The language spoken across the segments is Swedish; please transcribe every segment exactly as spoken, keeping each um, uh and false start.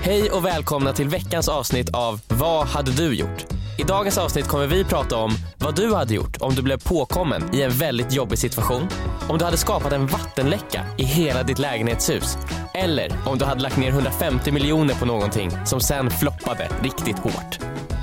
Hej och välkomna till veckans avsnitt av Vad hade du gjort? I dagens avsnitt kommer vi prata om vad du hade gjort om du blev påkommen i en väldigt jobbig situation, om du hade skapat en vattenläcka i hela ditt lägenhetshus, eller om du hade lagt ner hundrafemtio miljoner på någonting som sen floppade riktigt hårt.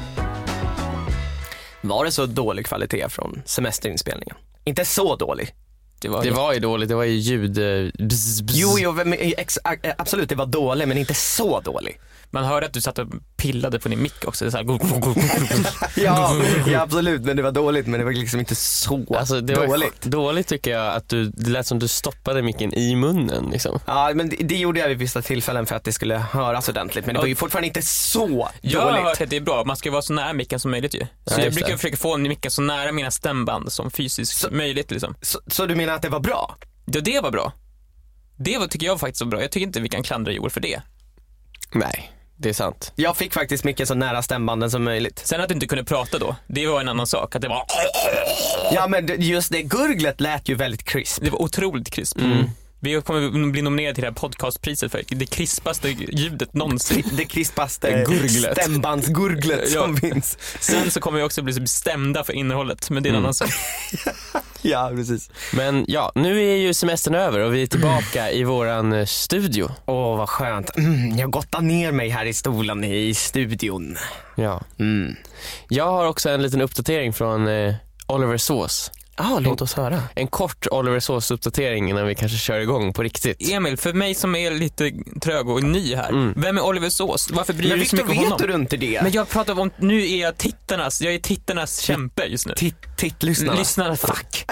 Var det så dålig kvalitet från semesterinspelningen? Inte så dålig. Det var, det var ju dåligt, det var ju ljud... Bzz, bzz. Jo, jo ex, absolut, det var dåligt, men inte så dålig. Man hörde att du satt och pillade på din mick också. Så här... ja, ja, absolut, men det var dåligt, men det var liksom inte så alltså, det var dåligt. Dåligt tycker jag att du, det lät som du stoppade micken i munnen. Liksom. Ja, men det, det gjorde jag vid vissa tillfällen för att det skulle höras ordentligt, men det var ju fortfarande inte så jag dåligt. Jag har hört att det är bra, man ska vara så nära micken som möjligt ju. Så ja, jag brukar försöka få micken så nära mina stämband som fysiskt så, möjligt liksom. Så, så du menar att det var bra? Ja, det var bra. Det var, tycker jag faktiskt så bra. Jag tycker inte vi kan klandra Joel för det. Nej. Det är sant. Jag fick faktiskt mycket så nära stämbanden som möjligt. Sen att du inte kunde prata då, det var en annan sak. Att det var... Ja, men just det gurglet lät ju väldigt crisp. Det var otroligt crisp. Mm. Vi kommer bli nominerade till det här podcastpriset för det krispaste ljudet någonsin. Det krispaste gurglet. Stämbandsgurglet som ja. finns. Sen så kommer vi också bli stämda för innehållet, men det är en mm. annan sak. Ja, precis. Men ja, nu är ju semestern över och vi är tillbaka i våran studio. Åh, oh, vad skönt. Mm, jag gottar ner mig här i stolen i studion. Ja. Mm. Jag har också en liten uppdatering från eh, Oliver Sauce. Ja, ah, låt oss höra. En kort Oliver Sauce-uppdatering innan vi kanske kör igång på riktigt. Emil, för mig som är lite trög och ny här, mm. vem är Oliver Sauce? Varför bryr du så mycket om honom? Men vet du inte det? Men jag pratar om, nu är jag tittarnas, jag är tittarnas T- kämpe just nu. Titt-lyssnarna. Lyssnarna, fuck.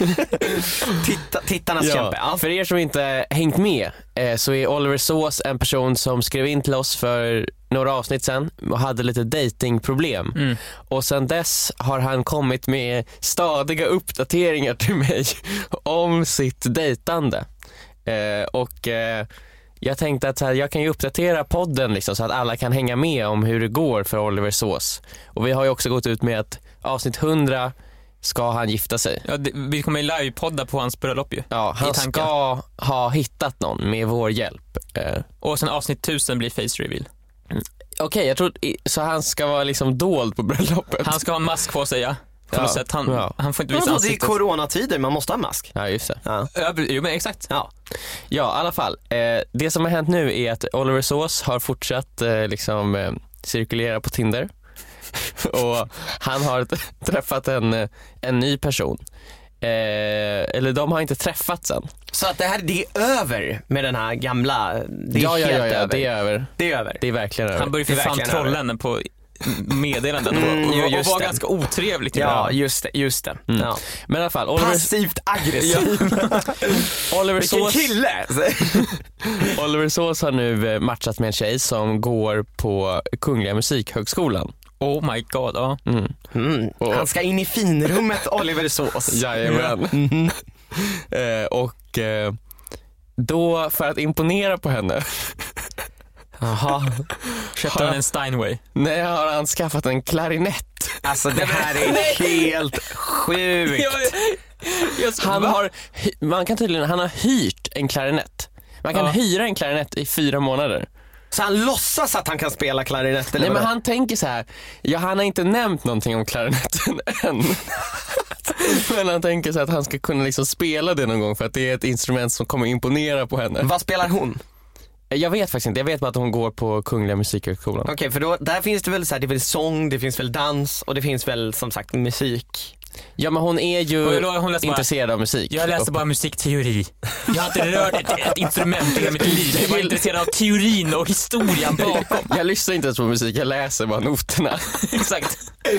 Titta, tittarnas ja, kämpe. Ja. För er som inte hängt med eh, så är Oliver Sauce en person som skrev in till oss för några avsnitt sen och hade lite datingproblem. Mm. Och sen dess har han kommit med stadiga uppdateringar till mig om sitt dejtande. Eh, och eh, jag tänkte att så här, jag kan ju uppdatera podden liksom, så att alla kan hänga med om hur det går för Oliver Sauce. Och vi har ju också gått ut med att avsnitt hundra ska han gifta sig. Ja, det, vi kommer livepodda på hans bröllop ju. Ja, han ska ha hittat någon med vår hjälp. Eh. Och sen avsnitt tusen blir face reveal. Mm. Okej, okay, jag tror så han ska vara liksom dold på bröllopet. Han ska ha en mask på sig, ja. På ja. något sätt. Han, ja. han får inte visa ansiktet. Det är coronatider, man måste ha mask. Ja, just det. Ja, ja jo, men exakt. Ja, ja i alla fall. Eh, det som har hänt nu är att Oliver Sauce har fortsatt eh, liksom, eh, cirkulera på Tinder. Och han har t- träffat en, en ny person. Eh, eller de har inte träffats än. Så att det här, det är över med den här gamla. Det är ja, ja, helt ja, ja, över. det är över. Det är över. Det är verkligen över. Han börjar för fan trollen på meddelanden mm, och, och, och var ganska otrevligt. Ja, just det, just det. Mm. Ja. Men i alla fall Oliver... Passivt aggressivt. Oliver Vilken Sauce... kille! Oliver Sauce har nu matchat med en tjej som går på Kungliga Musikhögskolan. Oh my god, ja. Mm. Mm. Han ska in i finrummet, Oliver Sauce. Jajamän. Mm. eh, och eh, då, för att imponera på henne... Jaha. Köpte han en Steinway? Nej, har han skaffat en klarinett. Alltså det här är helt sjukt. Jag, jag ska, han har, man kan tydligen, han har hyrt en klarinett. Man kan ja. hyra en klarinett i fyra månader. Så han låtsas att han kan spela klarinett? Eller Nej, men han tänker så här. Ja, han har inte nämnt någonting om klarinetten än. Men han tänker så att han ska kunna liksom spela det någon gång, för att det är ett instrument som kommer imponera på henne. Vad spelar hon? Jag vet faktiskt inte, jag vet bara att hon går på Kungliga Musikhögskolan. Okej, okay, för då, där finns det väl så här, det finns sång, det finns väl dans och det finns väl som sagt musik. Ja, men hon är ju hon, hon intresserad bara, av musik. Jag läste bara musikteori. Jag har inte rört ett, ett instrument i hela mitt liv. Jag var intresserad av teorin och historien bakom. Jag lyssnar inte ens på musik, jag läser bara noterna. Exakt.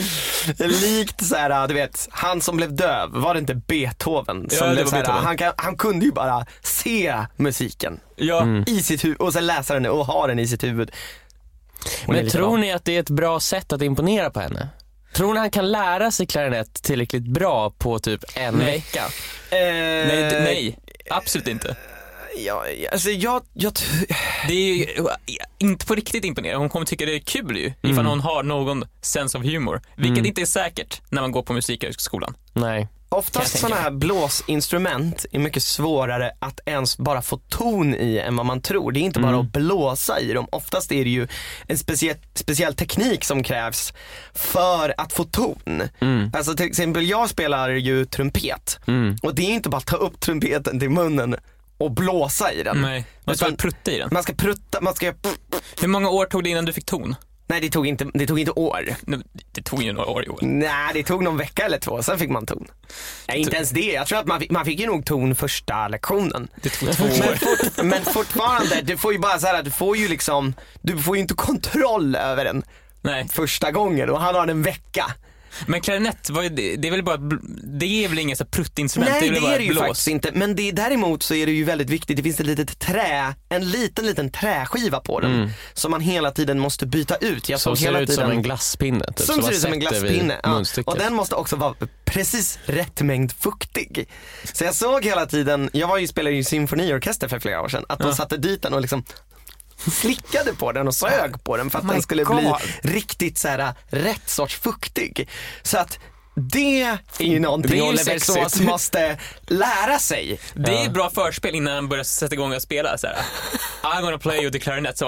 Likt så här, du vet, han som blev döv, var det inte Beethoven? Som ja, blev det så här, Beethoven. han, kan, han kunde ju bara se musiken ja. mm. i sitt huvud och sen läsa den och ha den i sitt huvud. Men tror ni att det är ett bra sätt att imponera på henne? Tror ni han kan lära sig klarinett tillräckligt bra på typ en nej. vecka? Eh, nej, nej, absolut inte. Ja, alltså jag, jag det är ju inte på riktigt imponerande. Hon kommer tycka det är kul ju, ifall mm. hon har någon sense of humor. Vilket mm. inte är säkert när man går på musikhögskolan. Nej. Oftast sådana här blåsinstrument är mycket svårare att ens bara få ton i än vad man tror. Det är inte bara mm. att blåsa i dem. Oftast är det ju en speciell, speciell teknik som krävs för att få ton. Mm. Alltså till exempel, jag spelar ju trumpet. Mm. Och det är inte bara att ta upp trumpeten till munnen och blåsa i den. Nej, man ska prutta i den. Man ska prutta, man ska... Hur många år tog det innan du fick ton? Nej, det tog inte, det tog inte år. Det tog ju några år i år. Nej, det tog någon vecka eller två, sen fick man ton. Nej, inte ens det. Jag tror att man fick, man fick ju nog ton första lektionen. Det tog två år. Men, fort, men fortfarande, du får ju bara så här, du får ju liksom, du får ju inte kontroll över den. Nej. Första gången, och han har en vecka. Men klarinett, vad är det? Det är väl bara, det är väl inget så pruttinstrument? Nej, det är, det är det ju blås. faktiskt inte. Men det, däremot så är det ju väldigt viktigt. Det finns ett litet trä, en liten liten träskiva på den mm. som man hela tiden måste byta ut. Jag som ser hela ut tiden, som en glasspinne typ, Som, som ser ut som en glasspinne ja. Och den måste också vara precis rätt mängd fuktig. Så jag såg hela tiden, jag var ju spelade ju symfoniorkester för flera år sedan, att de ja. satte dit den och liksom slickade på den och sög på den för att oh den skulle God. bli riktigt så här rätt sorts fuktig. Så att det är ju någonting Oliver Sås måste lära sig. Det är ja. bra förspel innan han börjar sätta igång och spela så här. I'm gonna play you the clarinet så.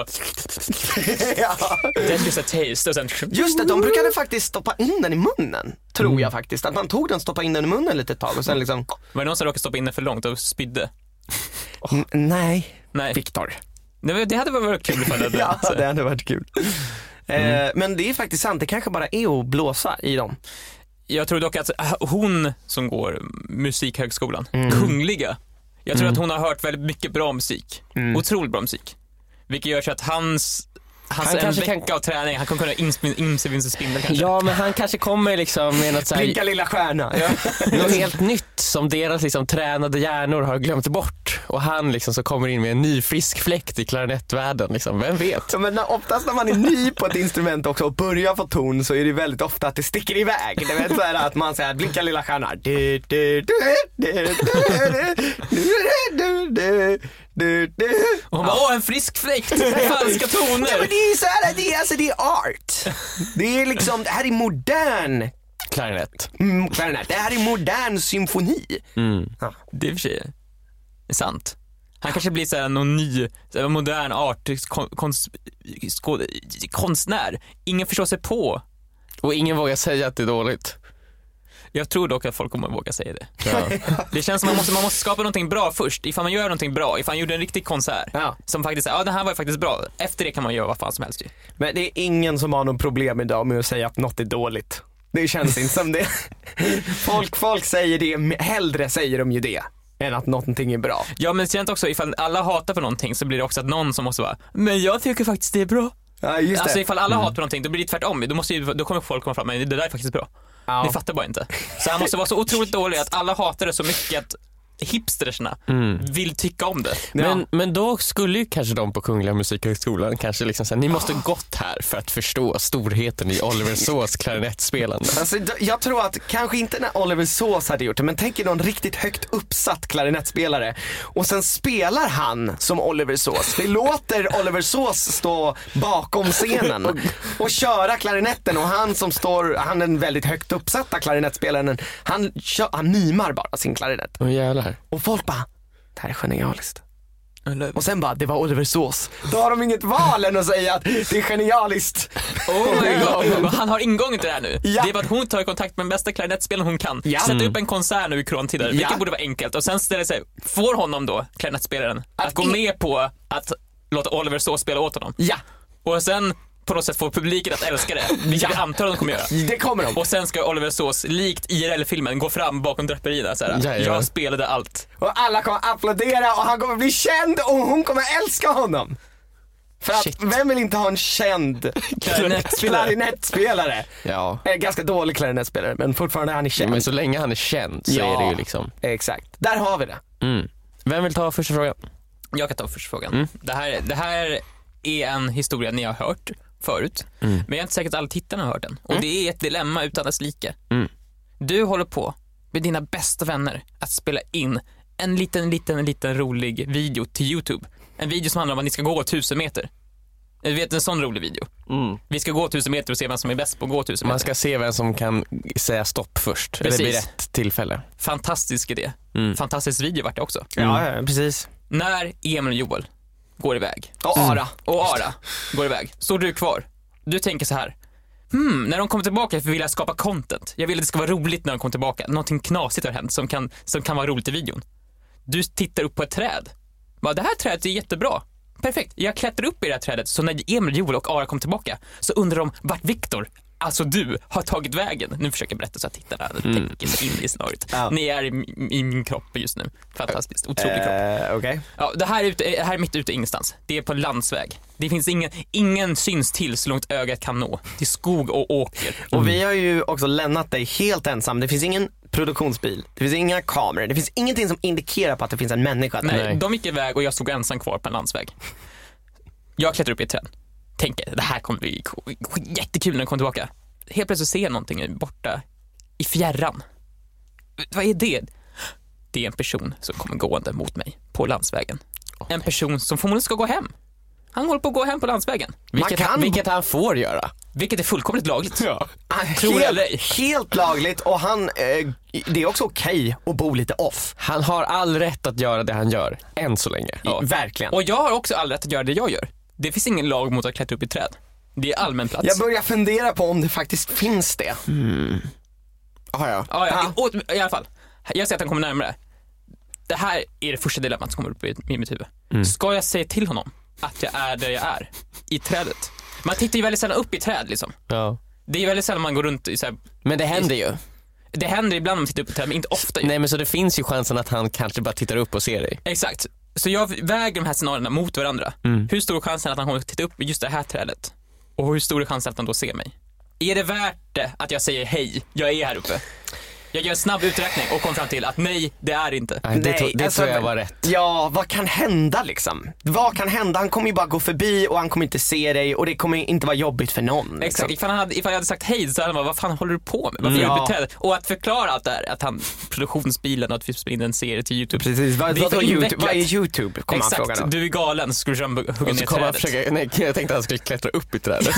ja. That's just a taste och sen... Just det, de brukade faktiskt stoppa in den i munnen. Tror mm. jag faktiskt. Att man tog den, stoppa in den i munnen lite tag och sen liksom... Var det någon som råkade stoppa in den för långt och spydde? Oh. N- nej. nej, Victor. Det, det hade varit kul ifall det ja, det hade varit kul. Mm. Eh, men det är faktiskt sant, det kanske bara är att blåsa i dem. Jag tror dock att hon som går musikhögskolan, mm. Kungliga, jag tror mm. att hon har hört väldigt mycket bra musik. Mm. Otroligt bra musik. Vilket gör så att hans... Hans han en vecka kan... av träning, han kommer kunna inse Vincent Spindel kanske. Ja, men han kanske kommer liksom med något så här... Blinka lilla stjärna. Ja. Något helt nytt som deras liksom tränade hjärnor har glömt bort. Och han liksom så kommer in med en ny frisk fläkt i klarinettvärlden liksom. Vem vet? Ja, men oftast när man är ny på ett instrument också och börjar få ton så är det väldigt ofta att det sticker iväg. Det vet så här att man säger blinka lilla stjärna. Du, du, du, du, du, du, du. Du, du. Och hon bara, åh, en frisk fläkt, falska toner. Ja, men det är så här, det är, alltså, det är art. Det är liksom, det här är modern klarinett. Mm, klarinett. Det här är modern symfoni. Mm. Ja. Det är för sig är sant. Han kanske blir så här någon ny så här modern art konst, konst, konstnär. Ingen förstår sig på. Och ingen vågar säga att det är dåligt. Jag tror dock att folk kommer att våga säga det. Ja. Det känns som att man måste, man måste skapa någonting bra först. Ifall man gör någonting bra, ifall man gjorde en riktig konsert ja. Som faktiskt, ja den här var faktiskt bra. Efter det kan man göra vad fan som helst ju. Men det är ingen som har någon problem idag med att säga att något är dåligt. Det känns inte som det. Folk, folk säger det, hellre säger de ju det än att någonting är bra. Ja, men sen också, ifall alla hatar på någonting så blir det också att någon som måste vara, men jag tycker faktiskt det är bra. Ja, just det. Alltså ifall alla mm. hatar på någonting, då blir det tvärtom. Då, måste ju, då kommer folk komma fram, men det där är faktiskt bra. Ja. Ni fattar bara inte. Så han måste vara så otroligt dålig att alla hatar det så mycket att hipstersna mm. vill tycka om det. Men, ja. men då skulle ju kanske de på Kungliga Musikhögskolan kanske liksom säga, ni måste gått här för att förstå storheten i Oliver Sås klarinettspelande. Alltså, jag tror att kanske inte när Oliver Sås hade gjort det, men tänk er någon riktigt högt uppsatt klarinettspelare och sen spelar han som Oliver Sås. Vi låter Oliver Sås stå bakom scenen och köra klarinetten och han som står, han är en väldigt högt uppsatta klarinettspelaren, han, kör, han mimar bara sin klarinett. Åh jävlar. Och folk bara, det här är genialiskt. Och sen bara, det var Oliver Sås. Då har de inget val än att säga att det är genialiskt. Oh my God. Han har ingång till det här nu. Ja. Det är bara att hon tar kontakt med den bästa klarinettspelaren hon kan. Ja. Sätta upp en konsert nu i Krontidare, vilket ja. borde vara enkelt. Och sen ställer sig, får honom då, klarinettspelaren, att, att gå in... med på att låta Oliver Sås spela åt honom. Ja. Och sen på något sätt få publiken att älska det. Vilket ja. antar de kommer göra. Det kommer de. Och sen ska Oliver Sås, likt I R L-filmen, gå fram bakom draperierna så här. Ja, ja. Jag spelade allt. Och alla kommer applådera och han kommer bli känd och hon kommer älska honom. För att Shit. Vem vill inte ha en känd klarinettspelare? klarinettspelare? Ja. En ganska dålig klarinettspelare, men fortfarande han är känd. Men så länge han är känd så ja. är det ju liksom. Exakt. Där har vi det. Mm. Vem vill ta första frågan? Jag kan ta första frågan. Mm. Det här, det här är en historia ni har hört förut, mm. men jag är inte säker att alla tittarna har hört den. Och mm. det är ett dilemma utan dess like. Mm. Du håller på med dina bästa vänner att spela in en liten, liten, liten rolig video till YouTube. En video som handlar om att ni ska gå tusen meter. Du vet en sån rolig video. Mm. Vi ska gå tusen meter och se vem som är bäst på att gå tusen meter. Man ska se vem som kan säga stopp först. Precis. Eller vid rätt tillfälle. Fantastisk idé. Mm. Fantastisk video vart det också. Mm. Ja, ja, precis. När Emil och Joel går iväg. Och Ara. Mm. Och Ara går iväg. Står du kvar. Du tänker så här. Hmm, när de kommer tillbaka vill jag skapa content. Jag vill att det ska vara roligt när de kommer tillbaka. Någonting knasigt har hänt som kan, som kan vara roligt i videon. Du tittar upp på ett träd. Bara, det här trädet är jättebra. Perfekt, jag klättrar upp i det här trädet. Så när Emil, Joel och Ara kom tillbaka så undrar de vart Viktor, alltså du, har tagit vägen. Nu försöker jag berätta så att tittarna mm. tänker sig in i scenariot. Ja. Ni är i, i min kropp just nu. Fantastiskt, otrolig uh, kropp. Okay. Ja, det här är, ute, det här är mitt ute ingenstans. Det är på landsväg. Det finns ingen, ingen syns till så långt ögat kan nå. Det är skog och åker. Mm. Och vi har ju också lämnat dig helt ensam. Det finns ingen produktionsbil. Det finns inga kameror. Det finns ingenting som indikerar på att det finns en människa. Nej, Nej. De gick iväg och jag stod ensam kvar på en landsväg. Jag klättrar upp i ett träd. Tänker, det här kommer bli jättekul när jag kommer tillbaka. Helt plötsligt ser jag någonting borta i fjärran. Vad är det? Det är en person som kommer gående mot mig på landsvägen. Okay. En person som förmodligen ska gå hem. Han håller på att gå hem på landsvägen. Vilket, han, vilket han får göra. Vilket är fullkomligt lagligt. Ja. Tror helt, helt lagligt. Och han, eh, det är också okej att bo lite off. Han har all rätt att göra det han gör. Än så länge. Ja. Verkligen. Och jag har också all rätt att göra det jag gör. Det finns ingen lag mot att klättra upp i träd. Det är allmän plats. Jag börjar fundera på om det faktiskt finns det. Mm. Ah, ja. Ah, ja. Och, i alla fall. Jag ser att han kommer närmare. Det här är det första dilemmat som kommer upp i mitt huvud. Mm. Ska jag säga till honom att jag är där jag är? I trädet. Man tittar ju väldigt sällan upp i träd liksom. Ja. Det är väldigt sällan man går runt i så här, men det händer ju. Det händer ibland om man tittar upp i träd, men inte ofta ju. Nej, men så det finns ju chansen att han kanske bara tittar upp och ser dig. Exakt. Så jag väger de här scenarierna mot varandra. Mm. Hur stor är chansen att han kommer att titta upp i just det här trädet? Och hur stor är chansen att han då ser mig? Är det värt det att jag säger hej, jag är här uppe? Jag gör en snabb uträkning och kom fram till att nej, det är inte. Nej, det, nej, det alltså, tror jag var rätt. Ja, vad kan hända liksom? Vad kan hända? Han kommer ju bara gå förbi och han kommer inte se dig och det kommer inte vara jobbigt för någon. Liksom. Exakt, ifall, han hade, ifall jag hade sagt hej så hade man, vad fan håller du på med? Varför mm. ja. Och att förklara allt det här, att han, produktionsbilen och att vi spelar in en serie till YouTube. Precis, vad, vad, vad, YouTube, vad är YouTube? Kommer exakt, han fråga då. Du är galen, så skulle du hugga ner trädet. Försöka, nej, jag tänkte att han skulle klättra upp i trädet.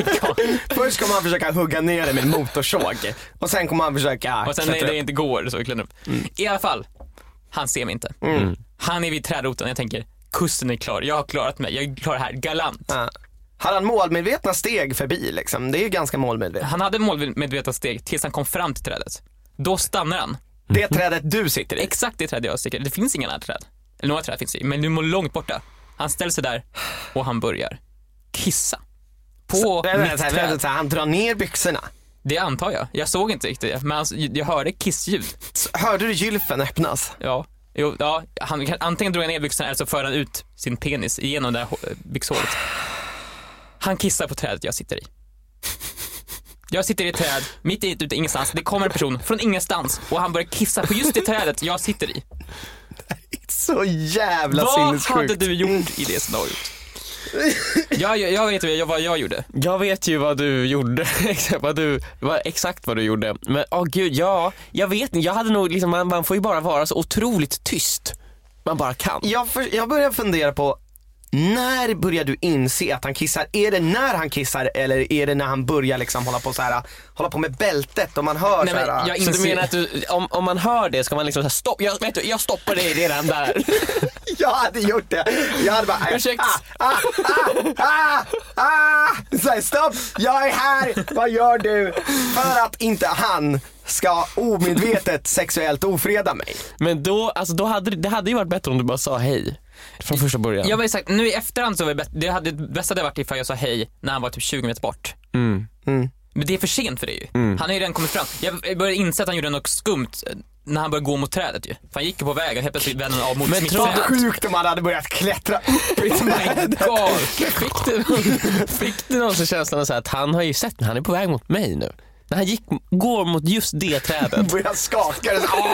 Först kommer han försöka hugga ner det med en motorsåg och sen kommer han försöka och sen nej, det inte går så mm. I alla fall, han ser mig inte. Mm. Han är vid trädroten. Jag tänker, kusten är klar. Jag har klarat mig. Jag klarar det här galant. Ja. Har han målmedvetna steg förbi liksom? Det är ju ganska målmedvetet. Han hade målmedvetna steg tills han kom fram till trädet. Då stannar han. Det trädet du sitter i? Exakt det trädet jag sitter i. Det finns inga andra träd. Eller några träd finns i, men nu är långt borta. Han ställer sig där och han börjar kissa. På så, mitt så här, träd. Så här, han drar ner byxorna. Det antar jag. Jag såg inte riktigt, men alltså, jag hörde kissljud. Hörde du gylfen öppnas? Ja. Jo, ja, han, antingen drog han ner byxorna eller så för han ut sin penis igenom det där byxhålet. Han kissar på trädet jag sitter i. Jag sitter i ett träd, mitt i ett ute ingenstans. Det kommer en person från ingenstans och han börjar kissa på just det trädet jag sitter i. Det är så jävla vad sinnessjukt. Vad hade du gjort i det scenariot? Jag, jag, jag vet ju vad jag gjorde. Jag vet ju vad du gjorde. vad du, vad, exakt vad du gjorde. Men åh oh gud, ja, jag vet inte. Jag hade nog liksom, man, man får ju bara vara så otroligt tyst. Man bara kan. Jag, för, jag börjar fundera på, när börjar du inse att han kissar? Är det när han kissar eller är det när han börjar liksom hålla på så här, hålla på med bältet och man hör? Nej, så här, jag inser... Så du menar att du, om, om man hör det ska man liksom så här, stopp, jag, vet du, jag stoppar dig redan där. Jag hade gjort det. Jag hade bara ursäkt. Ah, ah, ah, ah, ah. Så här, stopp, jag är här. Vad gör du? För att inte han ska omedvetet sexuellt ofreda mig. Men då, alltså då hade det hade ju varit bättre om du bara sa hej från första början. Jag var sagt, nu i efterhand så var det bättre. Det hade bäst hade varit ifall jag sa hej när han var typ tjugo meter bort. Mm. Mm. Men det är för sent för det ju. Mm. Han har ju redan kommit fram. Jag började inse att han gjorde något skumt när han började gå mot trädet ju. För han gick på vägen och helt plötsligt vände av mot men mitt träd. Men sjukt om han hade börjat klättra upp i trädet. Fick du, fick du någon så känslan så här att han har ju sett mig, han är på väg mot mig nu. När han gick, går mot just det trädet. Börjar skaka.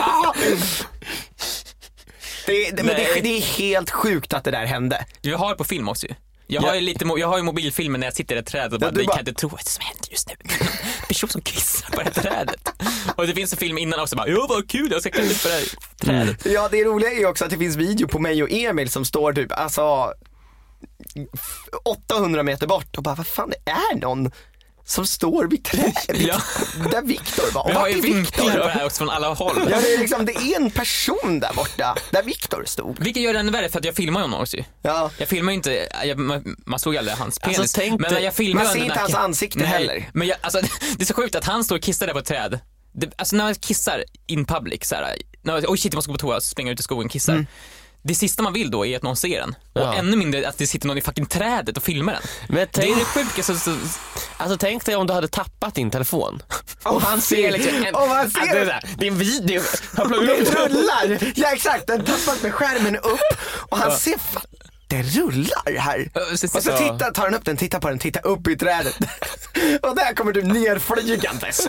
Det, det, men det, det är helt sjukt att det där hände. Jag har på film också ju. Jag har ju lite, jag har ju mobilfilmer när jag sitter i ett träd och bara, ja, jag bara... kan inte tro att det som händer just nu. En person som kissar på det här trädet. Och det finns en film innan också bara, ja vad kul, jag ska klättra upp på det här trädet. Ja, det roliga är ju också att det finns video på mig och Emil som står typ, alltså åttahundra meter bort och bara, vad fan, det är någon som står vid trädet ja. där Viktor var. Vi har ju vinklar på det här också från alla håll. Ja, det är liksom, det är en person där borta där Viktor stod. Vilket gör det ännu värre för att jag filmar honom också. Ja. Jag filmar ju inte, jag, man såg aldrig hans penis. Alltså, men jag filmar man ser inte hans ansikte nej, heller. Men jag, alltså, det är så sjukt att han står och kissar där på ett träd. Det, alltså när man kissar in public så här, när, oj shit, jag måste gå på toa, springa ut i skogen och kissar. Mm. Det sista man vill då är att någon ser den. Och ja. ännu mindre att det sitter någon i fucking trädet och filmar den. Men tänk, det är det sjuka. Så, så, alltså tänk dig om du hade tappat din telefon. Och oh, han ser liksom en, oh, han ser det, där, det är en video. Han rullar. Ja exakt, den tappat med skärmen upp. Och han ja. ser fan, det rullar här. Och så tittar, tar han upp den, tittar på den, tittar upp i trädet. Och där kommer du nerflygandes.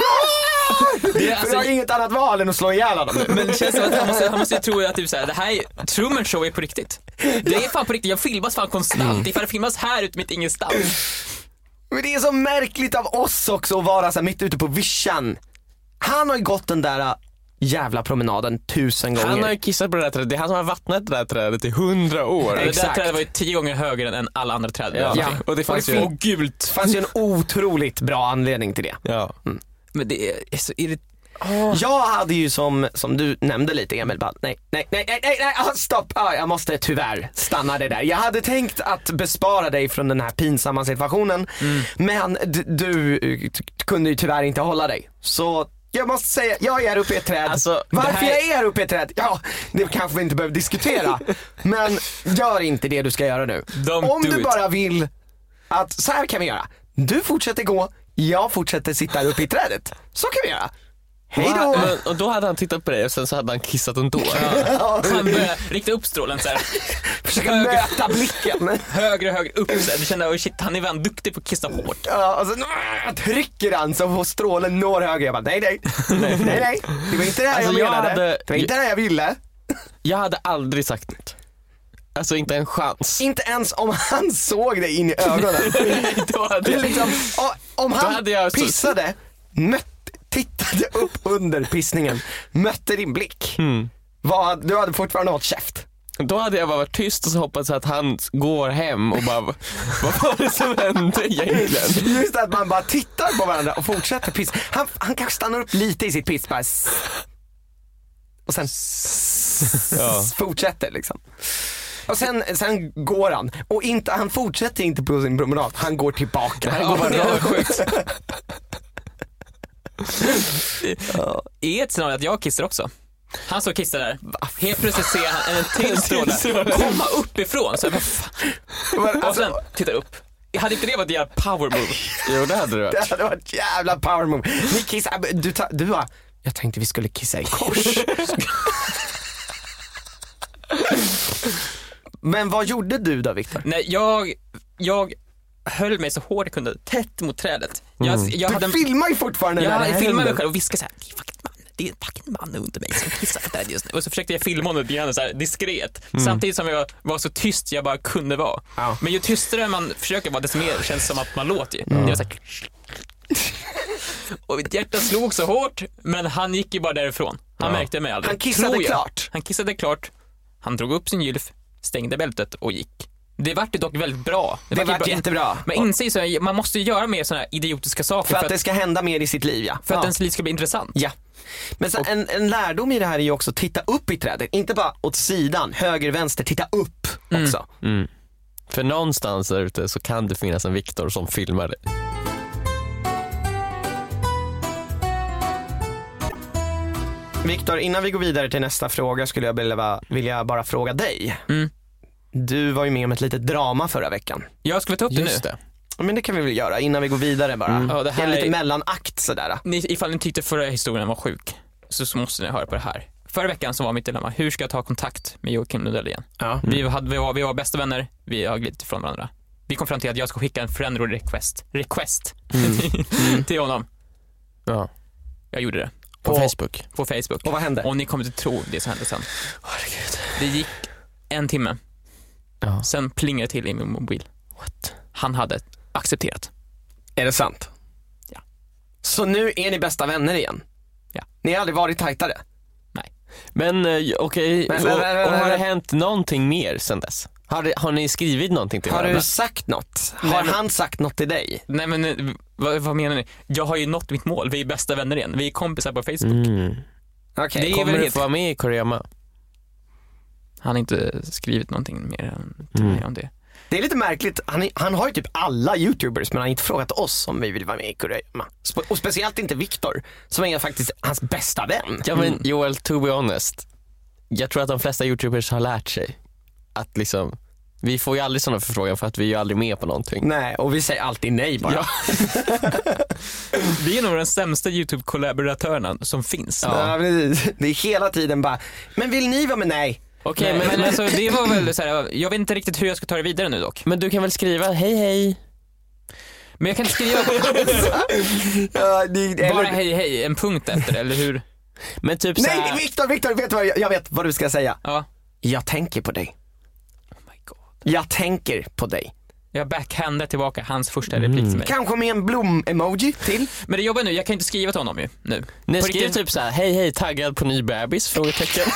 Det är alltså, för du har inget annat val än att slå ihjäl honom. Men det känns som att han måste, han måste tro att typ så här, det här är, Truman Show är på riktigt. Det är fan på riktigt, jag filmas fan konstant. Mm. Det är fan det filmas här ute mitt ingenstans. Men det är så märkligt av oss också att vara så här mitt ute på vischan. Han har ju gått den där jävla promenaden tusen gånger. Han har ju kissat på det där trädet. Det är han som har vattnat det där trädet i hundra år. Det där trädet var ju tio gånger högre än alla andra träd. Ja. Ja. Och det fanns och det ju och gult. fanns ju en otroligt bra anledning till det. Ja. Mm. Men det är så irrit- oh. Jag hade ju som, som du nämnde lite, Emil, bara, nej, nej, nej, nej, nej, nej, stopp, ah, jag måste tyvärr stanna det där. Jag hade tänkt att bespara dig från den här pinsamma situationen, mm. men d- du t- kunde ju tyvärr inte hålla dig. Så jag måste säga, jag är uppe i ett träd. Alltså, Varför här... jag är uppe i ett träd? Ja, det kanske vi inte behöver diskutera. Men gör inte det du ska göra nu. Don't Om du it. bara vill att, så här kan vi göra. Du fortsätter gå, jag fortsätter sitta uppe i trädet. Så kan vi göra. Hej då! Men, och då hade han tittat på dig och sen så hade han kissat ändå. Ja. Han började rikta upp strålen så här. Försöka högre, möta blicken. Högre, högre upp så här. Du kände, oh shit, han är väl duktig på att kissa hårt. Ja, och så trycker han så strålen når högre. Jag bara, nej, nej, nej, nej, nej. Det var inte det här alltså, jag menade. Jag hade, det var inte det här jag ville. Jag hade aldrig sagt det. Alltså inte en chans. Inte ens om han såg dig in i ögonen. Då hade jag... liksom, om han hade jag pissade, mötte, tittade upp under pissningen, mötte din blick. Mm. Var, du hade fortfarande hållit käft. Då hade jag bara varit tyst och så hoppats att han går hem och bara, vad var det som hände egentligen? Just att man bara tittar på varandra och fortsätter piss. Han, han kanske stannar upp lite i sitt piss bara. Och sen ja. fortsätter liksom. Och sen, sen går han. Och inte, han fortsätter inte på sin promenad. Han går tillbaka. Han går bara rakt sjukt. Ja. Är ett scenario att jag kissar också. Han står och kissar där. Helt plötsligt ser han en till stråle komma uppifrån. Så jag bara, och sen tittar upp. Jag hade inte det varit ett jävla power move. Jo, det hade det varit. Det hade varit ett jävla power move. Ni kissar, du, ta, du var, jag tänkte vi skulle kissa i kors. Men vad gjorde du då, Viktor? Nej, jag, jag höll mig så hårt jag kunde, tätt mot trädet. Jag, mm. jag du hade, filmar ju fortfarande jag, när jag filmade mig själv och viskade så här, det är fucking man, det är en fucking man under mig som kissar på trädet just nu. Och så försökte jag filma honom igen så här diskret, mm. samtidigt som jag var så tyst jag bara kunde vara. Ja. Men ju tystare man försöker vara, desto mer känns det som att man låter ju. Mm. Det var så här, och mitt hjärta slog så hårt, men han gick ju bara därifrån. Han ja. märkte mig aldrig. Han kissade klart. Han kissade klart. Han drog upp sin gylf, stängde bältet och gick. Det vart dock väldigt bra. Det, det vart bra. Jättebra. Men inse så här, man måste göra mer såna här idiotiska saker för, för att, att det ska hända mer i sitt liv, ja. För att ja. ens liv ska bli intressant. Ja. Men så, en, en lärdom i det här är ju också att titta upp i trädet, inte bara åt sidan, höger, vänster, titta upp också. Mm. Mm. För någonstans där ute så kan det finnas en Viktor som filmar det. Viktor, innan vi går vidare till nästa fråga skulle jag vilja, vilja bara fråga dig. Mm. Du var ju med om ett litet drama förra veckan. Jag skulle ta upp det Just nu. Det. Men det kan vi väl göra innan vi går vidare bara. Mm. Ja, det här är en lite mellanakt sådär. Ni, ifall ni tyckte förra historien var sjuk så, så måste ni höra på det här. Förra veckan så var mitt dilemma, hur ska jag ta kontakt med Joakim Lundell igen? Ja. Mm. Vi, hade, vi, var, vi var bästa vänner, vi har glidit ifrån varandra. Vi kom fram till att jag ska skicka en friend request, request mm. Mm. till honom. Ja. Jag gjorde det. På och, Facebook. På Facebook. Och vad hände? Och ni kommer inte tro det som hände sen. Herregud. Det gick en timme. Ja. Sen plingade till i min mobil. What? Han hade accepterat. Är det sant? Ja. Så nu är ni bästa vänner igen? Ja. Ni har aldrig varit tajtare? Nej. Men okej, okay. och, och har det hänt någonting mer sen dess? Har, det, har ni skrivit någonting till Har varandra? du sagt något? Har Nej, men, han sagt något till dig? Nej men vad, vad menar ni? Jag har ju nått mitt mål, vi är bästa vänner igen. Vi är kompisar på Facebook. Mm. Okay. Det är Kommer du få vara med i Koreama? Han har inte skrivit någonting mer än till Mm. mig om det. Det är lite märkligt, han, är, han har ju typ alla YouTubers men han har inte frågat oss om vi vill vara med i Koreama. Sp- och speciellt inte Viktor, som är faktiskt hans bästa vän. Ja men Joel, to be honest, jag tror att de flesta YouTubers har lärt sig att liksom, vi får ju aldrig sådana förfrågan för att vi är ju aldrig med på någonting. Nej, och vi säger alltid nej bara. Ja. Vi är nog den sämsta YouTube-kollaboratörerna som finns. Ja. Ja, det är hela tiden bara, men vill ni vara med? Nej. Okej, okay, men, men alltså, det var väl så här, jag vet inte riktigt hur jag ska ta det vidare nu dock. Men du kan väl skriva hej hej. Men jag kan inte skriva ja, det, bara hej hej, en punkt efter, eller hur? Men typ så här... Nej, Viktor, Viktor, vet vad jag, jag vet vad du ska säga. Ja. Jag tänker på dig. Oh my god. Jag tänker på dig. Jag backhandar tillbaka hans första replik till mig. Kanske med en blom-emoji till. Men det jobbar nu, jag kan inte skriva till honom ju nu. Ni skriver typ så här: hej hej, taggad på ny bebis? Frågetecken.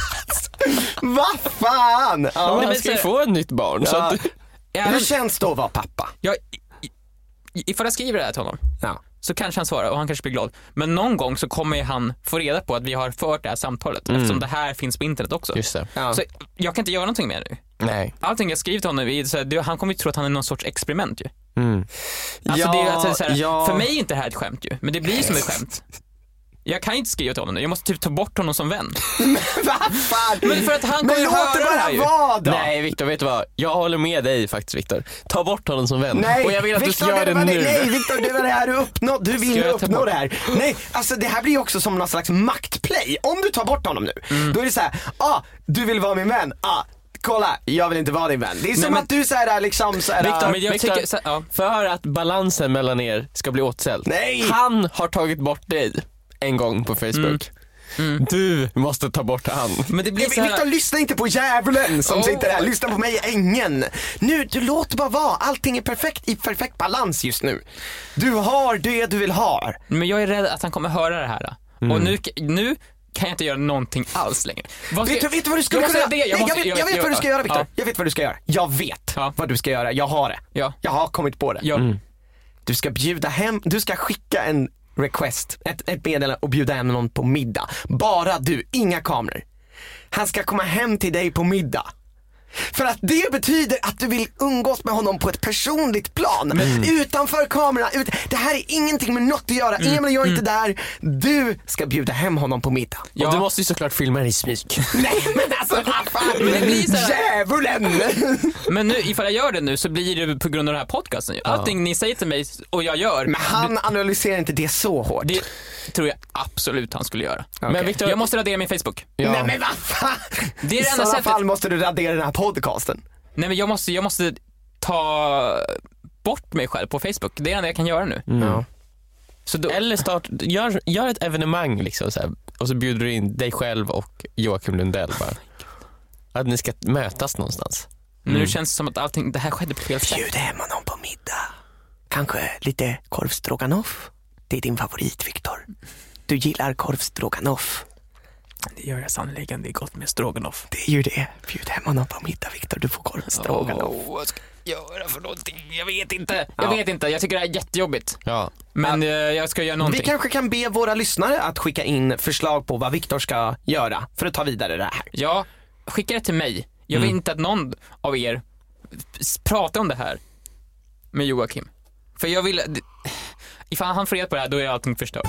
Vad fan? Ja, ja, men han ska ju få ett nytt barn. Ja. Så att... ja, hur känns det att vara pappa? Jag, ifall jag skriver det här till honom, ja. så kanske han svarar och han kanske blir glad. Men någon gång så kommer han få reda på att vi har fört det här samtalet, mm. eftersom det här finns på internet också. Just det. Ja. Så jag kan inte göra någonting mer nu. Nej. Allting jag skrivit till honom är så här, han kommer ju tro att han är någon sorts experiment ju. Mm. Alltså, ja, det är, alltså, så här, ja. För mig är inte det här ett skämt ju, men det blir som ett skämt. Jag kan inte skriva till honom nu, jag måste typ ta bort honom som vän. Men vad fan? Men för att han kommer ju höra det här ju. Vara då. Nej Viktor, vet du vad? Jag håller med dig faktiskt Viktor. Ta bort honom som vän. Nej, och jag vill att Victor, du ska göra det, det nu. Nej Viktor, det var det här du uppnådde. Du vill uppnå det här. Nej, alltså det här blir ju också som någon slags maktplay. Om du tar bort honom nu, mm. då är det så här: ah, du vill vara min vän. Ah, kolla, jag vill inte vara din vän. Det är som Nej, men... att du så här, liksom så här, Victor, men jag Victor, tycker, så, ja. för att balansen mellan er ska bli återställd. Nej. Han har tagit bort dig en gång på Facebook. Mm. Mm. Du måste ta bort han. Men det blir så här... Victor, lyssna inte på djävulen som oh. sitter där. Lyssna på mig, ängeln. Nu, du låter bara vara. Allting är perfekt i perfekt balans just nu. Du har det du vill ha. Men jag är rädd att han kommer höra det här. Mm. Och nu, nu kan jag inte göra någonting alls längre. Vad ska... vet, du, vet du vad du ska göra? Jag, jag, måste, jag, vet, jag vet vad du ska göra, Victor. Ja. Jag vet vad du ska göra. Jag vet ja. vad du ska göra. Jag har det. Ja. Jag har kommit på det. Ja. Mm. Du ska bjuda hem, du ska skicka en request, ett, ett meddelande och bjuda hem någon på middag. Bara du, inga kameror. Han ska komma hem till dig på middag. För att det betyder att du vill umgås med honom på ett personligt plan. Mm. Utanför kamerorna. Ut, det här är ingenting med något att göra. Mm. Emil och jag är inte där. Du ska bjuda hem honom på middag. Ja. Och du måste ju såklart filma dig i smyg. Nej men alltså vad fan. Men det blir så här... Djävulen. Men nu, ifall jag gör det nu så blir det på grund av den här podcasten. Allting ja. ni säger till mig och jag gör. Men han det... analyserar inte det så hårt. Det tror jag absolut han skulle göra. Okay. Men Victor, jag måste radera min Facebook. Ja. Nej men vad fan. Det är det I enda sådana sättet. fall måste du radera den här podcasten. Nej men jag måste, jag måste ta bort mig själv på Facebook. Det är det enda jag kan göra nu. Mm. Ja. Så då, eller start, gör, gör ett evenemang liksom, så här, och så bjuder du in dig själv och Joakim Lundell bara. Att ni ska mötas någonstans. Men mm. nu känns det som att allting, det här skedde på fel sätt. Bjud hem honom på middag. Kanske lite korvstroganoff. Det är din favorit, Viktor. Du gillar korvstroganoff. Det gör jag sannoliken, det är gott med stroganoff. Det är ju det. Bjud hem honom på middag, Viktor. Du får korvstroganoff. Oh, vad ska jag göra för någonting? Jag vet inte. Jag ja. vet inte. Jag tycker det är jättejobbigt. Ja. Men ja. jag ska göra någonting. Vi kanske kan be våra lyssnare att skicka in förslag på vad Viktor ska göra för att ta vidare det här. Ja, skicka det till mig. Jag vill mm. inte att någon av er pratar om det här med Joakim. För jag vill... Ifall han får reda på det här, då är allting förstört.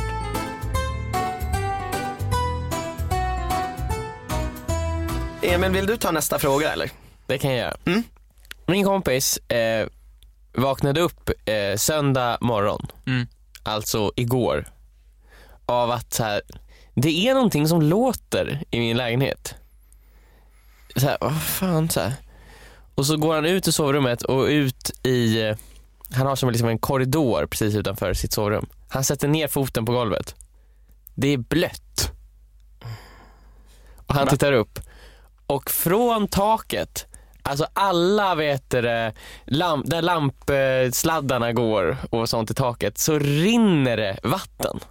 Emil, vill du ta nästa fråga eller? Det kan jag göra. Mm? Min kompis eh, vaknade upp eh, söndag morgon, mm. alltså igår, av att så här, det är någonting som låter i min lägenhet. Så här, vad fan så här. Och så går han ut i sovrummet och ut i, eh, han har som liksom en korridor precis utanför sitt sovrum. Han sätter ner foten på golvet. Det är blött. Och han tittar upp. Och från taket, alltså alla vet det, lamp, där lampsladdarna går och sånt i taket, så rinner det vatten.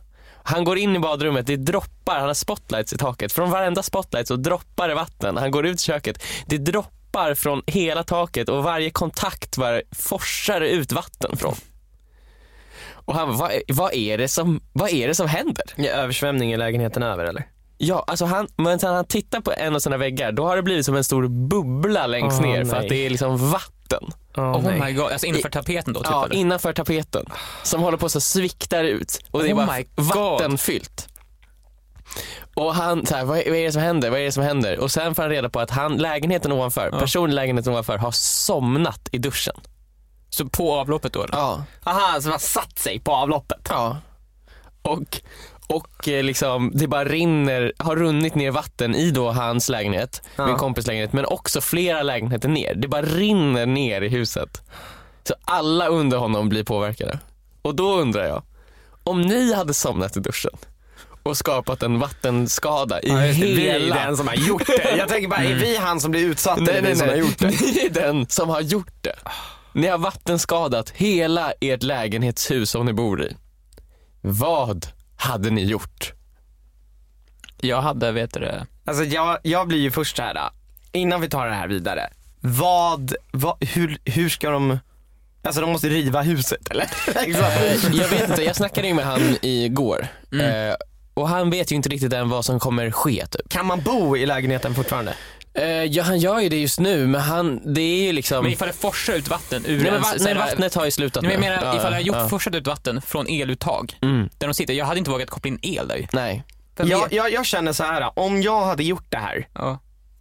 Han går in i badrummet, det droppar, han har spotlights i taket. Från varenda spotlight så droppar det vatten. Han går ut i köket, det droppar från hela taket och varje kontakt var forsar ut vatten från. Och han vad, vad är det som vad är det som händer? Är översvämning i lägenheten över eller? Ja, alltså han men när han tittar på en av sina väggar, då har det blivit som en stor bubbla längst oh, ner nej. för att det är liksom vatten. Oh, oh my god, alltså innanför tapeten då typ, ja, eller? innanför tapeten som håller på så sviktar ut och det är oh bara vattenfyllt. Och han så här, vad, är, vad är det som händer? Vad är det som händer? Och sen får han reda på att han lägenheten ovanför, ja. personen lägenheten ovanför har somnat i duschen. Så på avloppet då? Eller? Ja. Aha, så han satt sig på avloppet. Ja. Och och liksom det bara rinner, har runnit ner vatten i då hans lägenhet, ja. min kompis lägenhet, men också flera lägenheter ner. Det bara rinner ner i huset. Så alla under honom blir påverkade. Och då undrar jag, om ni hade somnat i duschen och skapat en vattenskada i ja, hela... Vi är den som har gjort det. Jag tänker bara, är vi han som blir utsatt nej, eller nej, vi som nej. har gjort det? Ni är den som har gjort det. Ni har vattenskadat hela ert lägenhetshus som ni bor i. Vad hade ni gjort? Jag hade, vet du det. Alltså jag, jag blir ju först här då. Innan vi tar det här vidare. Vad, vad hur, hur ska de... Alltså de måste riva huset, eller? Jag vet inte, jag snackade ju med han igår. Mm. Eh, och han vet ju inte riktigt än vad som kommer ske typ. Kan man bo i lägenheten fortfarande? Uh, ja, han gör ju det just nu, men han, det är ju liksom... Men ifall det forsar ut vatten ur... Nej, men, ens, va- nej vattnet har ju slutat nu. Jag menar, ja, ifall det har gjort ja. forsat ut vatten från eluttag, mm. där de sitter, jag hade inte vågat koppla in el där. Nej. Jag, jag, jag känner så här, om jag hade gjort det här... Ja.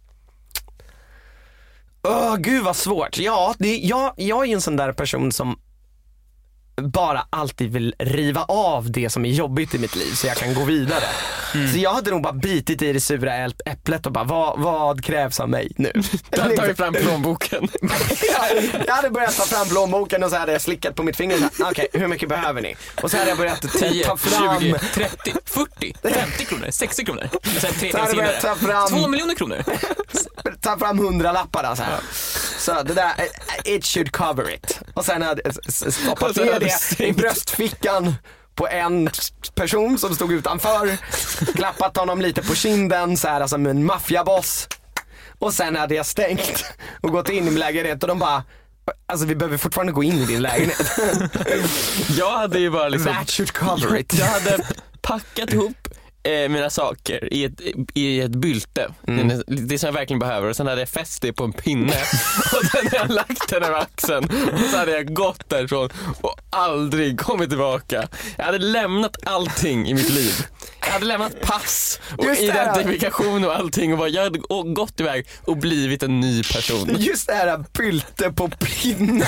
Åh, oh, gud vad svårt. Ja, det, jag, jag är en sån där person som bara alltid vill riva av det som är jobbigt i mitt liv så jag kan gå vidare. Mm. Så jag hade nog bara bitit i det sura äpplet och bara, vad, vad krävs av mig nu? Då tar vi fram plånboken. jag, jag hade börjat ta fram plånboken och så hade jag slickat på mitt finger. Okej, okay, hur mycket behöver ni? Och så hade jag börjat tio, ta fram tjugo, trettio, fyrtio, femtio kronor, sextio kronor. Sen tre så hade jag börjat ta fram två miljoner kronor. Ta fram hundra lappar så här. Så det där, it should cover it. Och sen hade jag stoppat ner det i bröstfickan på en person som stod utanför, klappat honom lite på kinden så här som en maffiaboss. Och sen hade jag stängt och gått in i min lägenhet och de bara, alltså vi behöver fortfarande gå in i din lägenhet. Jag hade ju bara liksom, that should cover it. Jag hade packat ihop eh, mina saker i ett, i ett bylte, mm. det som jag verkligen behöver, och sen hade jag fäst det på en pinne och sen hade jag lagt den över axeln och så hade jag gått därifrån och aldrig kommit tillbaka. Jag hade lämnat allting i mitt liv. Jag hade lämnat pass och identifikation och allting och bara, jag hade gått iväg och blivit en ny person. Just det här bylte på pinne.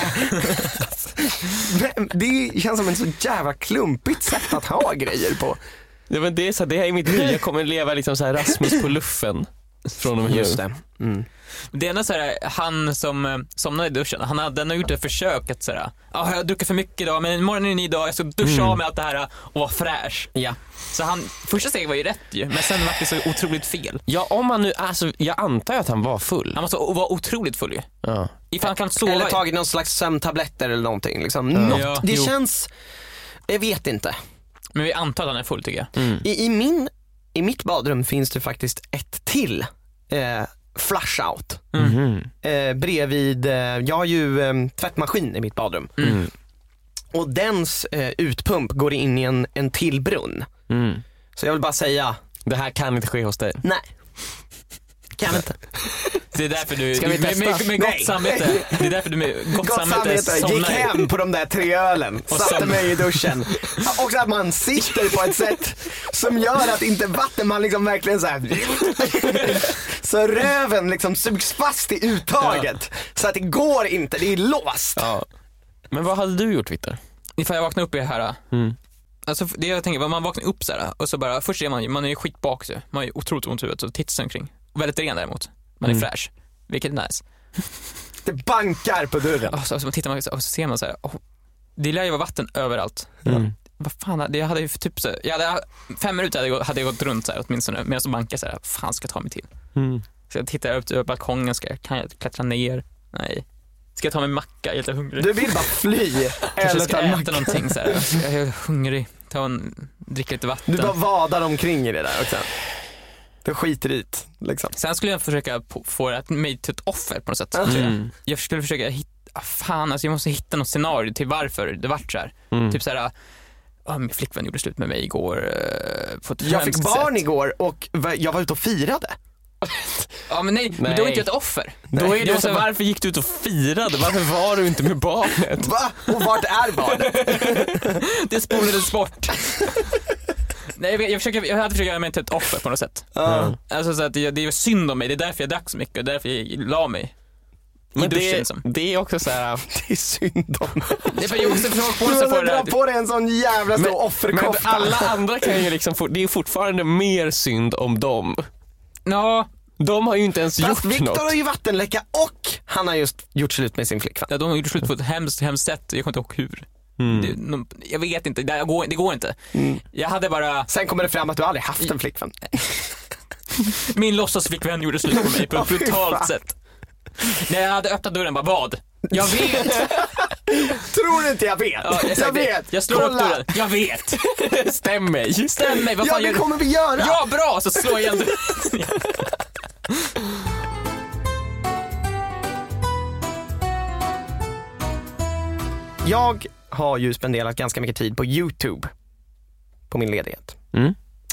Det känns som en så jävla klumpigt sätt att ha grejer på. Ja, men det är så, det här är mitt liv. Jag kommer leva liksom så här Rasmus på luffen från och med just det. Mm. Det är ändå så här, han som somnade i duschen, han hade ändå gjort ett försök att säga, ja, jag har druckit för mycket idag, men imorgon är en ny dag, jag ska duscha mm. av med allt det här och vara fräsch. Ja. Så han, första steget var ju rätt ju, men sen var det så otroligt fel. Ja, om han nu, alltså jag antar att han var full. Han måste vara otroligt full ju. Ja. Ifall han kan sova. Eller tagit någon slags sömntabletter eller någonting liksom. Ja. Något. Ja, det jo. känns, jag vet inte. Men vi antar att han är full tycker jag. Mm. I, i, min, I mitt badrum finns det faktiskt ett till eh, flushout. Mm. Eh, bredvid, eh, jag har ju eh, tvättmaskin i mitt badrum. Mm. Och dens eh, utpump går in i en, en till brunn. Mm. Så jag vill bara säga, det här kan inte ske hos dig. nej. Kan inte. Det är därför du, ska vi med, med, med gott samvete, det är därför du med gott, gott samvete, samvete gick hem på de där tre ölen, och satte som... mig i duschen. Också att man sitter på ett sätt som gör att inte vatten, man liksom verkligen så här. Så röven liksom sugs fast i uttaget. Ja. Så att det går inte, det är låst. Ja. Men vad hade du gjort, Victor? Ifall jag vaknar upp i det här. Mm. Alltså det jag tänker, man vaknar upp så här och så bara, först är man, man är skit bak sig. Man är otroligt ont i huvudet, så tittar sig omkring. Väldigt ren däremot. Man är mm. fräsch. Vilket är nice. Det bankar på dörren. Och så, så tittar man och så ser man så här, oh, det lär ju vara vatten överallt. Mm. Vad fan, det hade ju typ så, jag hade, fem minuter hade jag, hade jag gått runt så här åtminstone, medan så bankar så här, fan ska jag ta mig till. Mm. Så jag tittar upp över balkongen, ska jag, kan jag klättra ner? Nej. Ska jag ta mig macka, jag är lite hungrig. Du vill bara fly. Eller ska jag äta någonting så här. Jag är hungrig. ta en, dricka lite vatten. Du bara vadar omkring i det där också. Du skiter i det, liksom. Sen skulle jag försöka få mig till ett offer på något sätt. Mm. Jag skulle försöka hitta, fan alltså jag måste hitta något scenario till varför det vart så här. Mm. Typ så här, oh, min flickvän gjorde slut med mig igår uh, på ett Jag fick barn sätt. igår och jag var ute och firade. Ja men nej, nej, men då är inte ett offer. Då är det måste... varför gick du ut och firade? Varför var du inte med barnet? Va? Och vart är barnet? Det spolades bort. Nej, jag, jag, försöker, jag hade försökt göra mig till ett offer på något sätt. Uh. Alltså så att det, det är synd om mig. Det är därför jag drack så mycket. Det är därför jag la mig i men duschen. Det, som. det är också så här. Det är synd om mig. Det är för jag också försöker på du sig för dra på dig en sån jävla stor offerkofta. Men alla andra kan ju liksom få, det är fortfarande mer synd om dem. Ja. De har ju inte ens Fast gjort Victor något. Victor har ju vattenläcka och han har just gjort slut med sin flickvän. Ja, de har gjort slut på ett hemskt, hemskt sätt. Jag kommer inte ihåg hur. Mm. Det, jag vet inte, det går, det går inte. Mm. Jag hade bara... Sen kommer det fram att du aldrig haft en flickvän. Min låtsasflickvän gjorde slut på mig på ett brutalt sätt. När jag hade öppnat dörren, bara vad? Jag vet! Tror du inte jag vet? Ja, jag, jag vet! Jag slår Kolla. upp dörren, jag vet! Stäm mig! Stäm mig, vad fan ja, det kommer vi göra! Ja, bra! Så slår jag igen dörren. Jag har ju spenderat ganska mycket tid på YouTube på min ledighet. Mm.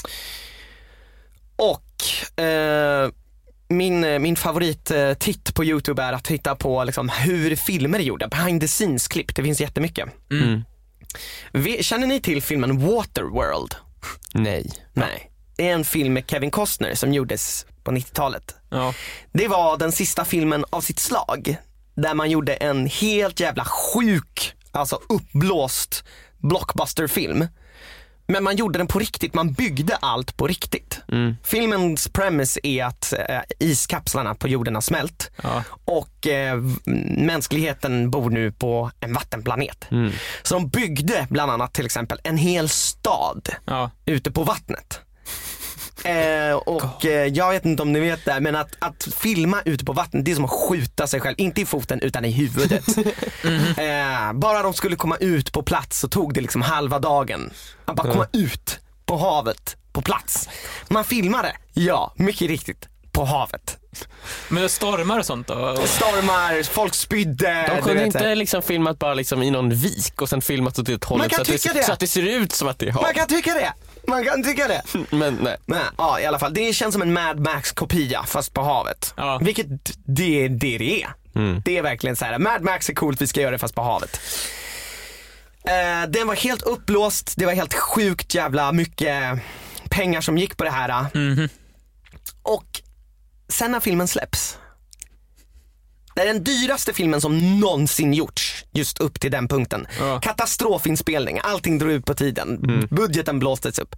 Och eh, min, min favorittitt på YouTube är att titta på liksom, hur filmer är gjorda. Behind the scenes-klipp, det finns jättemycket. Mm. Vi, känner ni till filmen Waterworld? Nej. Nej. Det är en film med Kevin Costner som gjordes på nittiotalet. Ja. Det var den sista filmen av sitt slag. Där man gjorde en helt jävla sjuk, alltså uppblåst blockbusterfilm. Men man gjorde den på riktigt, man byggde allt på riktigt. Mm. Filmens premise är att eh, iskapslarna på jorden har smält. Ja. Och eh, mänskligheten bor nu på en vattenplanet. Mm. Så de byggde bland annat till exempel en hel stad ja. ute på vattnet. Eh, och eh, jag vet inte om ni vet det, men att, att filma ute på vattnet, det är som att skjuta sig själv, inte i foten utan i huvudet. Mm-hmm. eh, bara de skulle komma ut på plats så tog det liksom halva dagen att bara komma mm. ut på havet på plats. Man filmade, ja, mycket riktigt, på havet. Men det stormar och sånt då? Stormar, folk spydde. De kunde inte liksom filmat bara liksom i någon vik och sen filmat åt ett hållet så, det, det. så att det ser ut som att det är hav. Man kan tycka det. Man kan tycka det. Men nej. Nej, ja, i alla fall. Det känns som en Mad Max-kopia fast på havet. Ja. Vilket det, det, det är. Mm. Det är verkligen så här. Mad Max är coolt, vi ska göra det fast på havet. Eh, den var helt uppblåst. Det var helt sjukt jävla mycket pengar som gick på det här. Mm-hmm. Och sen när filmen släpps, det är den dyraste filmen som någonsin gjorts just upp till den punkten. Ja. Katastrofinspelning, allting drog ut på tiden. Mm. Budgeten blåstes upp.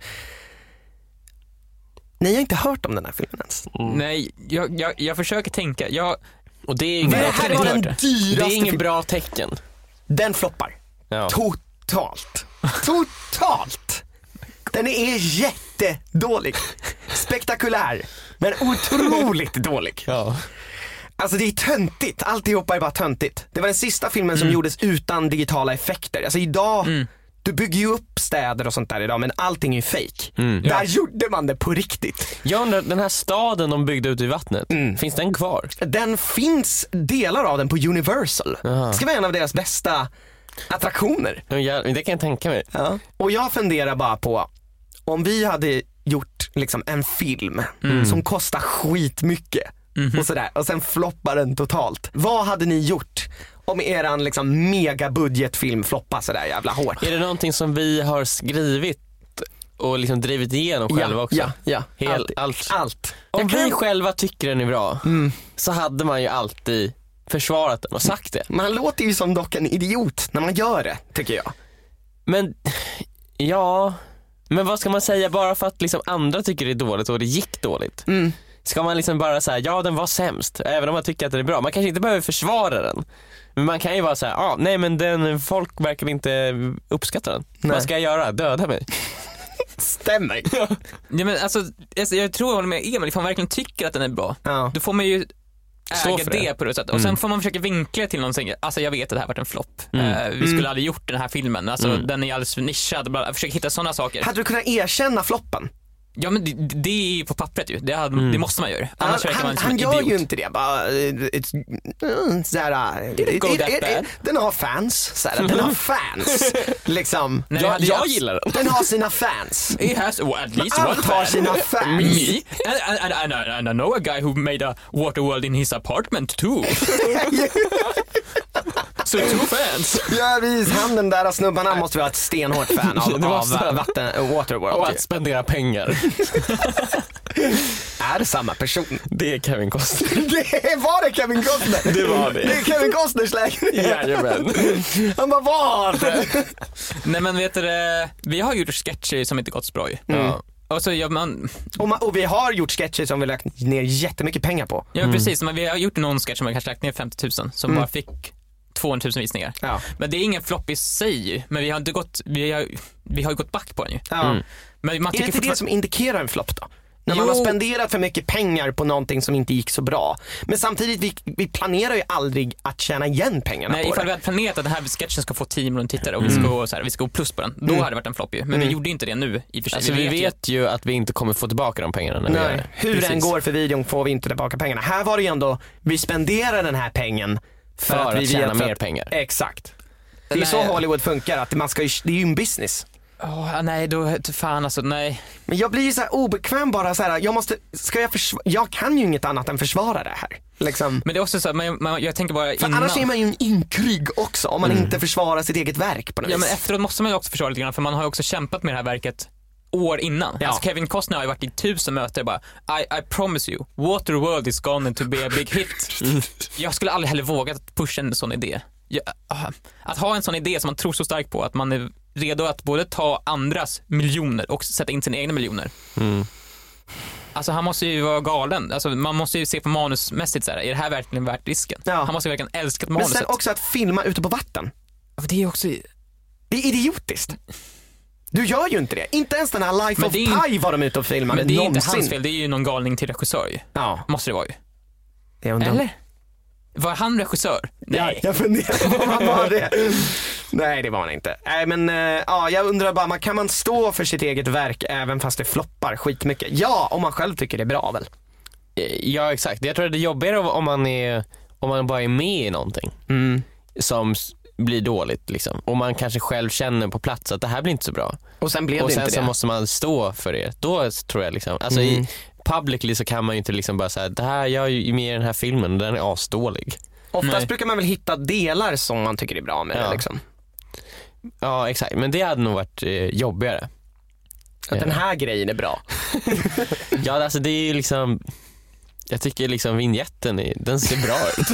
Ni har inte hört om den här filmen ens. Mm. Nej, jag, jag, jag försöker tänka. Jag, och det är ingen det bra här var den dyraste. Det är ingen bra tecken. Den floppar. Ja. Totalt. Totalt. Den är jättedålig. Spektakulär. Men otroligt dålig. Ja. Alltså det är töntigt, alltihopa är bara töntigt. Det var den sista filmen som mm. gjordes utan digitala effekter. Alltså idag, mm. du bygger ju upp städer och sånt där idag, men allting är ju fake. Mm. Där ja. gjorde man det på riktigt. Jag undrar, den här staden de byggde ute i vattnet, mm. finns den kvar? Den finns, delar av den på Universal. Aha. Det ska vara en av deras bästa attraktioner. Ja, det kan jag tänka mig. Ja. Och jag funderar bara på, om vi hade gjort liksom en film mm. som kostar skitmycket. Mm-hmm. Och sådär, och sen floppar den totalt. Vad hade ni gjort om eran liksom megabudgetfilm floppar sådär jävla hårt? Är det någonting som vi har skrivit och liksom drivit igenom ja, själva också? Ja, ja. Hel, allt. allt. allt. Om kan... vi själva tycker den är bra mm. så hade man ju alltid försvarat den och sagt det. Man låter ju som dock en idiot när man gör det, tycker jag. Men, ja... Men vad ska man säga bara för att liksom andra tycker det är dåligt och det gick dåligt? Mm. Ska man liksom bara säga, ja den var sämst, även om man tycker att den är bra. Man kanske inte behöver försvara den. Men man kan ju vara så här, ah, nej men den, folk verkar inte uppskatta den. Nej. Vad ska jag göra? Döda mig? Stämmer. Ja, men alltså, jag tror jag håller med Emil, ifall man verkligen tycker att den är bra. Ja. Då får man ju äga det. det på det sättet. Och sen mm. får man försöka vinkla till någonting. Alltså jag vet att det här varit en flopp. Mm. Uh, vi skulle mm. aldrig gjort den här filmen. Alltså mm. den är alldeles för nischad. Bara försöka hitta sådana saker. Hade du kunnat erkänna floppen? Ja, men det, det är ju på pappret ju. Det, hade, mm. det måste man göra. Annars han man han gör ju inte det. Bara, it's, uh, såhär, it, it, it, it, it, den har fans. Såhär, den har fans. liksom. Nej, jag, jag gillar den. Den har sina fans. It has well, at least Allt one har sina fans. Me. And, and, and, and, and I know a guy who made a Waterworld in his apartment too. Så two fans. Ja, vis, han den där snubbarna måste vara ett stenhårt fan av, av vatten, Waterworld. Och att spendera pengar. Är det samma person? Det är Kevin Costner. Det var det Kevin Costner? Det var det. Det är Kevin Costners lägenhet. Jajamän. Han bara, var det? Nej men vet du, vi har gjort sketcher som inte gått så bra ju. Mm. Ja. Och, så, ja, man... och, man, och vi har gjort sketcher som vi lagt ner jättemycket pengar på. Ja mm. precis, men vi har gjort någon sketch som vi kanske lagt ner femtio tusen som mm. bara fick tvåhundratusen visningar. Ja. Men det är ingen flopp i sig. Men vi har inte gått vi har, vi har ju gått back på den ju. Ja. Mm. Men man är det inte fortfar- det som indikerar en flopp då? När man jo. har spenderat för mycket pengar på någonting som inte gick så bra. Men samtidigt, vi, vi planerar ju aldrig att tjäna igen pengarna. Nej, på ifall det. vi hade planerat att den här sketchen ska få tio miljoner tittare och mm. vi, ska, så här, vi ska gå plus på den, då mm. hade det varit en flopp ju. Men mm. vi gjorde inte det nu i och för sig. Alltså, vi, vi vet, vet ju att vi inte kommer få tillbaka de pengarna när Nej. vi gör det. Hur Precis. den går för videon får vi inte tillbaka pengarna. Här var det ju ändå, vi spenderar den här pengen för, för att, att vi tjäna mer att, pengar. Exakt. Det är nej. så Hollywood funkar, att man ska, det är ju en business. Oh, nej, då fan alltså, nej. Men jag blir ju så här obekväm bara så här, jag måste, ska jag försvara, jag kan ju inget annat än försvara det här. Liksom. Men det är också så, man, man, jag tänker bara innan. För annars är man ju en inkrygg också om man mm. inte försvarar sitt eget verk på något Ja, vis. men efteråt måste man ju också försvara lite grann, för man har ju också kämpat med det här verket år innan. Ja. Alltså Kevin Costner har ju varit i tusen möten bara, I, I promise you, Waterworld is gonna to be a big hit. Mm. Jag skulle aldrig heller vågat pusha en sån idé. Jag, uh, att ha en sån idé som man tror så starkt på, att man är redo att både ta andras miljoner och sätta in sina egna miljoner. Mm. Alltså han måste ju vara galen. Alltså man måste ju se på manusmässigt så här, är det här verkligen värt risken? Ja. Han måste ju verkligen älskat manuset. Men sen också att filma ute på vatten. Det är också det är idiotiskt. Du gör ju inte det. Inte ens den här Life of Pi in... var de ute och filmade. Men det är någonsin. inte hans fel, det är ju någon galning till regissör ju. Ja. Måste det vara ju. Eller? Var han regissör? Nej. Ja, jag funderar på om han var det. Nej, det var han inte. Nej, men äh, ja, jag undrar bara, kan man stå för sitt eget verk även fast det floppar skitmycket? Ja, om man själv tycker det är bra väl? Ja, exakt. Jag tror att det är jobbigare om man, är, om man bara är med i någonting mm. som blir dåligt liksom. Och man kanske själv känner på plats att det här blir inte så bra. Och sen blev och det sen inte så det. måste man stå för det. Då tror jag liksom, alltså mm. i publicly så kan man ju inte liksom bara säga, det här, jag är ju med i den här filmen, den är asdålig. Oftast Nej. brukar man väl hitta delar som man tycker är bra med ja. det liksom. Ja, exakt. Men det hade nog varit eh, jobbigare. Att den här grejen är bra. Ja, alltså det är ju liksom, jag tycker liksom vignetten är, den ser bra ut.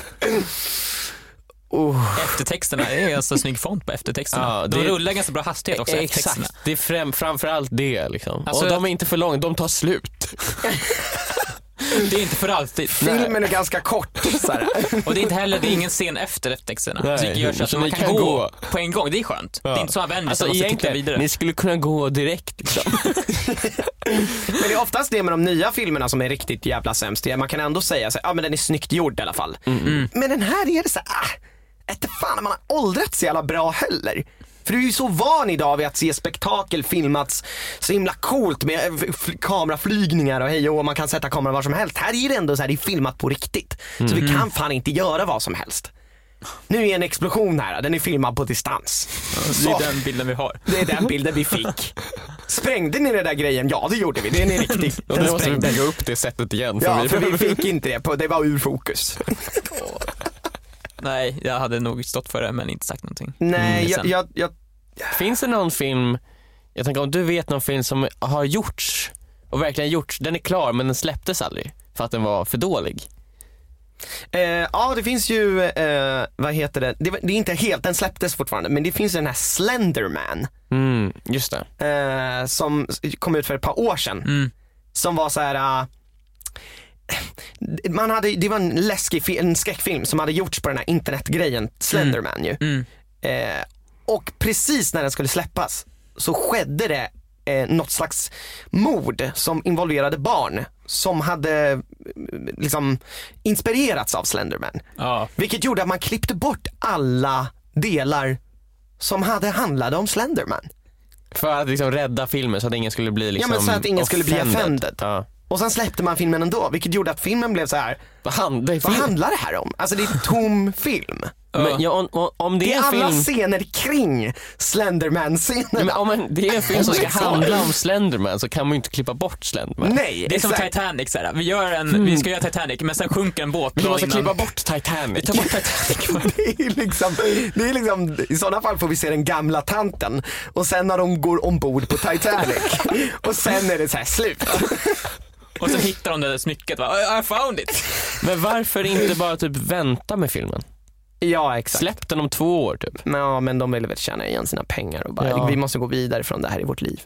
Uh. Eftertexterna, det är ganska snygg font på eftertexterna. Ja, det, de rullar ganska bra hastighet också. Exakt, det är fram, framförallt det liksom. Alltså, och de är inte för långa, de tar slut. Det är inte för alltid. Filmen Nej. är ganska kort så här. Och det är inte heller, det är ingen scen efter eftertexterna. Nej, så det gör så att så man kan, kan gå, gå på en gång, det är skönt. Ja. Det är inte så Avengers alltså, måste titta vidare. Ni skulle kunna gå direkt liksom. Men det är oftast det med de nya filmerna som är riktigt jävla sämst. Man kan ändå säga så ja men den är snyggt gjord i alla fall. Mm. Mm. Men den här är det så ah, inte fan man har åldrats så jävla bra heller. För du är ju så van idag vid att se spektakel filmats så himla coolt med f- kameraflygningar och hej och man kan sätta kameran var som helst. Här är det ändå så här, det är filmat på riktigt. Mm-hmm. Så vi kan fan inte göra vad som helst. Nu är en explosion här, den är filmad på distans. Ja, det är den bilden vi har. Det är den bilden vi fick. Sprängde ni den där grejen? Ja, det gjorde vi. Den är riktig. Den och nu måste vi bygga upp det sättet igen. För ja, vi... för vi fick inte det. På, det var ur fokus. Nej, jag hade nog stått för det men inte sagt någonting. Nej, mm, jag, jag, jag... Finns det någon film, jag tänker om du vet någon film som har gjorts och verkligen gjorts, den är klar men den släpptes aldrig för att den var för dålig? Eh, ja, det finns ju, eh, vad heter det? det? Det är inte helt, den släpptes fortfarande, men det finns den här Slenderman. Mm, just det. Eh, som kom ut för ett par år sedan. Mm. Som var så här... Uh, man hade, det var en läskig en skräckfilm som hade gjorts på den här internetgrejen Slenderman mm. ju. Mm. Eh, och precis när den skulle släppas så skedde det eh, något slags mord som involverade barn som hade liksom inspirerats av Slenderman. Ja. Vilket gjorde att man klippte bort alla delar som hade handlade om Slenderman. För att liksom rädda filmen så att ingen skulle bli liksom Ja, men så att ingen skulle bli offended. Ja. Och sen släppte man filmen ändå, vilket gjorde att filmen blev så här. Vad, hand, vad handlar det här om? Alltså det är en tom film. Men, ja, om, om det, det är, är alla film... scener kring Slenderman-scenerna. Men om det är en film som ska handla om Slenderman så kan man ju inte klippa bort Slenderman. Nej, det är exakt. som Titanic såhär. Vi gör en mm. vi ska göra Titanic men sen sjunker en båt. Vi måste innan... klippa bort Titanic. Vi tar bort Titanic. det är liksom det är liksom i sådana fall får vi se den gamla tanten och sen när de går ombord på Titanic och sen är det så här slut. Och så hittar de det där smycket, va? I found it. Men varför inte bara typ vänta med filmen? Ja, exakt. Släpp den om två år typ. Ja, men de vill väl tjäna igen sina pengar och bara, ja. vi måste gå vidare från det här i vårt liv.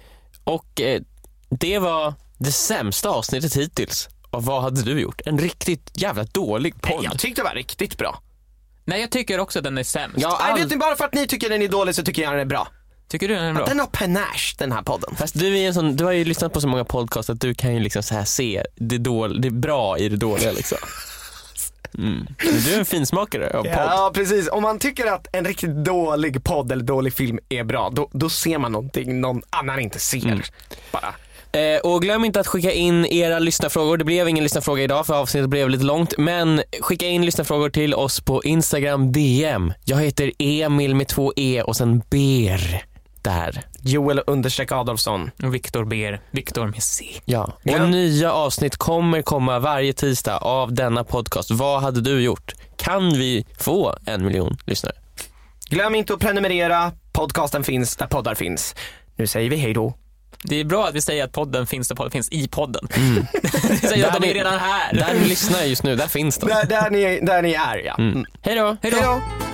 Och eh, det var det sämsta avsnittet hittills. Och vad hade du gjort? En riktigt jävla dålig podd. Nej, jag tyckte det var riktigt bra. Nej, jag tycker också att den är sämst. Ja, all... vet ni, bara för att ni tycker den är dålig så tycker jag den är bra. Tycker du den är bra? Ja, den har panache, den här podden. Fast du är en sån, du har ju lyssnat på så många podcasts att du kan ju liksom så här se det, dål, det är bra i det dåliga liksom. Mm. Du är en finsmakare av podd. Ja, precis. Om man tycker att en riktigt dålig podd eller dålig film är bra, då, då ser man någonting någon annan inte ser. Mm. Bara. Eh, och glöm inte att skicka in era lyssnarfrågor. Det blev ingen lyssnarfråga idag för avsnittet blev lite långt. Men skicka in lyssnarfrågor till oss på Instagram D M. Jag heter Emil med två E och sen Ber där. Joel understreck Adolfsson. Och Viktor Ber. Viktor med C. Ja. Och ja. Nya avsnitt kommer komma varje tisdag av denna podcast. Vad hade du gjort? Kan vi få en miljon lyssnare? Glöm inte att prenumerera. Podcasten finns där poddar finns. Nu säger vi hej då. Det är bra att vi säger att podden finns där podden finns i podden. Mm. Vi säger att de är redan här. Där ni lyssnar just nu, där finns de. Där, där, ni, där ni är, ja. Mm. Hej då. Hej då.